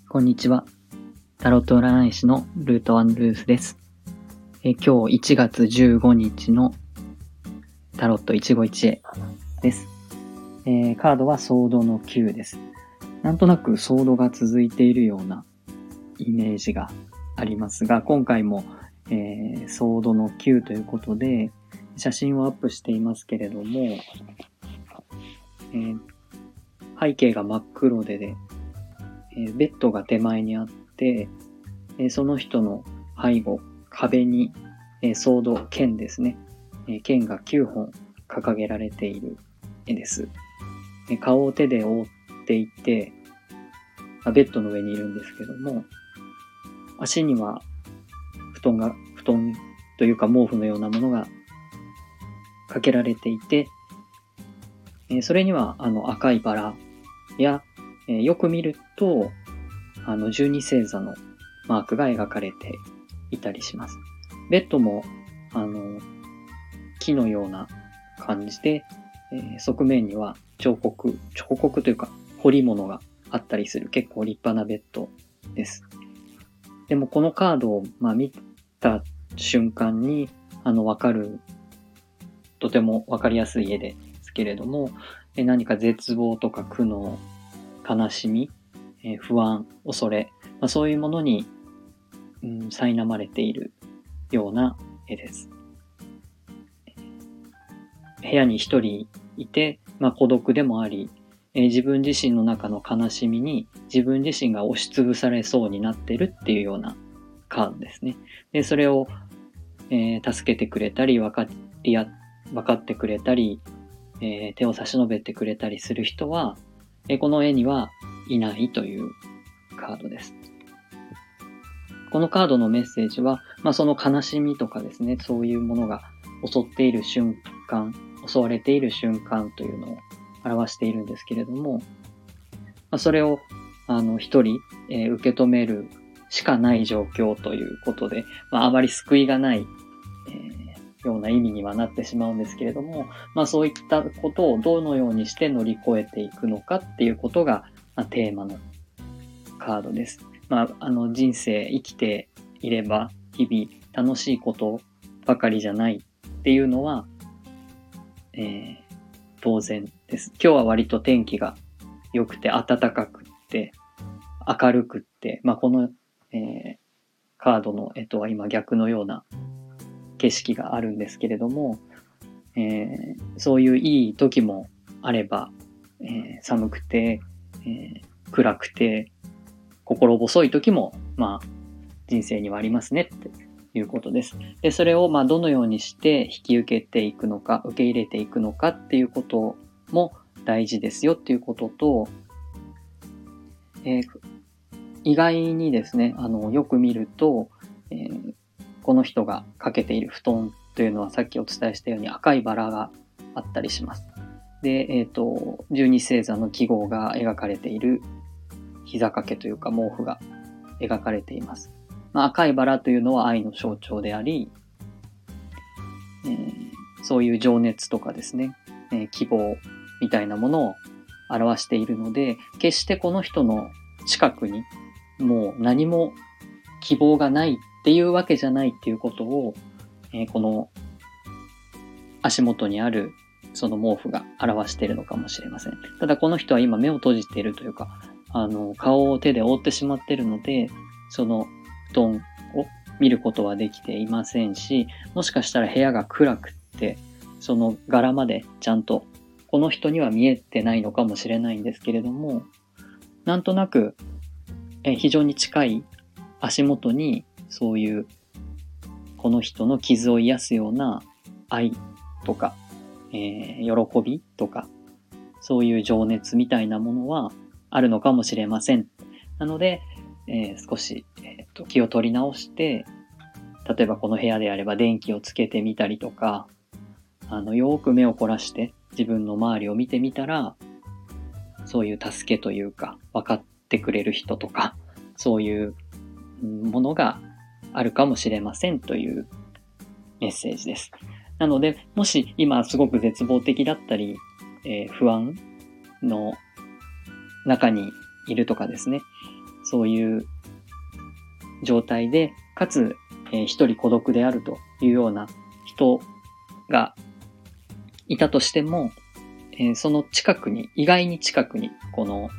こんにちは。タロット占い師のルートワンルースです。今日1月15日のタロット一期一会です。カードはソードの9です。なんとなくソードが続いているようなイメージがありますが、今回も、ソードの9ということで写真をアップしていますけれども、背景が真っ黒で、ベッドが手前にあって、その人の背後、壁に、ソード、剣ですね。剣が9本掲げられている絵です。顔を手で覆っていて、ベッドの上にいるんですけども、足には布団というか毛布のようなものがかけられていて、それには赤いバラや、よく見ると十二星座のマークが描かれていたりします。ベッドも木のような感じで、側面には彫刻というか彫り物があったりする結構立派なベッドです。でもこのカードを、見た瞬間にわかる、とてもわかりやすい絵ですけれども、何か絶望とか苦悩、悲しみ、不安、恐れ、そういうものに、苛まれているような絵です。部屋に一人いて、孤独でもあり、自分自身の中の悲しみに自分自身が押しつぶされそうになってるっていうようなカードですね。で、それを、助けてくれたり、分かってくれたり、手を差し伸べてくれたりする人は、この絵にはいないというカードです。このカードのメッセージは、その悲しみとかですね、そういうものが襲っている瞬間、襲われている瞬間というのを表しているんですけれども、それを一人、受け止めるしかない状況ということで、あまり救いがない、ような意味にはなってしまうんですけれども、そういったことをどのようにして乗り越えていくのかっていうことが、テーマのカードです。人生生きていれば日々楽しいことばかりじゃないっていうのは、当然です。今日は割と天気が良くて暖かくって明るくって、この、カードの絵とは今逆のような景色があるんですけれども、そういういい時もあれば、寒くて、暗くて心細い時も人生にはありますねっていうことです。で、それをどのようにして引き受けていくのか、受け入れていくのかっていうことも大事ですよっていうことと、意外にですね、よく見ると、この人がかけている布団というのはさっきお伝えしたように赤いバラがあったりします。で、十二星座の記号が描かれている膝掛けというか毛布が描かれています。赤いバラというのは愛の象徴であり、そういう情熱とかですね、希望みたいなものを表しているので、決してこの人の近くにもう何も希望がないっていうわけじゃないっていうことを、この足元にあるその毛布が表しているのかもしれません。ただこの人は今目を閉じているというか、顔を手で覆ってしまっているので、その布団を見ることはできていませんし、もしかしたら部屋が暗くって、その柄までちゃんとこの人には見えてないのかもしれないんですけれども、なんとなく非常に近い足元にそういうこの人の傷を癒すような愛とか、喜びとか、そういう情熱みたいなものはあるのかもしれません。なので、少し、気を取り直して、例えばこの部屋であれば電気をつけてみたりとか、よーく目を凝らして自分の周りを見てみたら、そういう助けというか、分かってくれる人とか、そういうものがあるかもしれませんというメッセージです。なので、もし今すごく絶望的だったり、不安の中にいるとかですね、 そういう状態で、かつ、一人孤独であるというような人がいたとしても、その近くに、意外に近くに、この、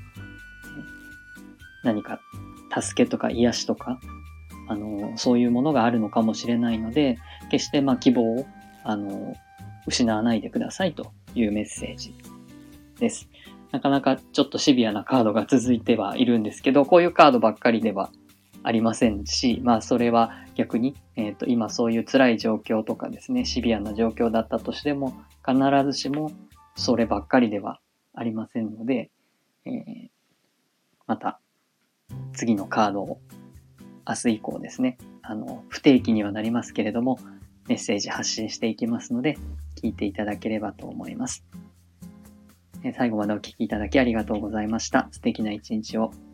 何か助けとか癒しとか、そういうものがあるのかもしれないので、決して希望を、失わないでくださいというメッセージです。なかなかちょっとシビアなカードが続いてはいるんですけど、こういうカードばっかりではありませんし、それは逆に、今そういう辛い状況とかですね、シビアな状況だったとしても、必ずしもそればっかりではありませんので、また次のカードを明日以降ですね、不定期にはなりますけれども、メッセージ発信していきますので、聞いていただければと思います。最後までお聞きいただきありがとうございました。素敵な一日を。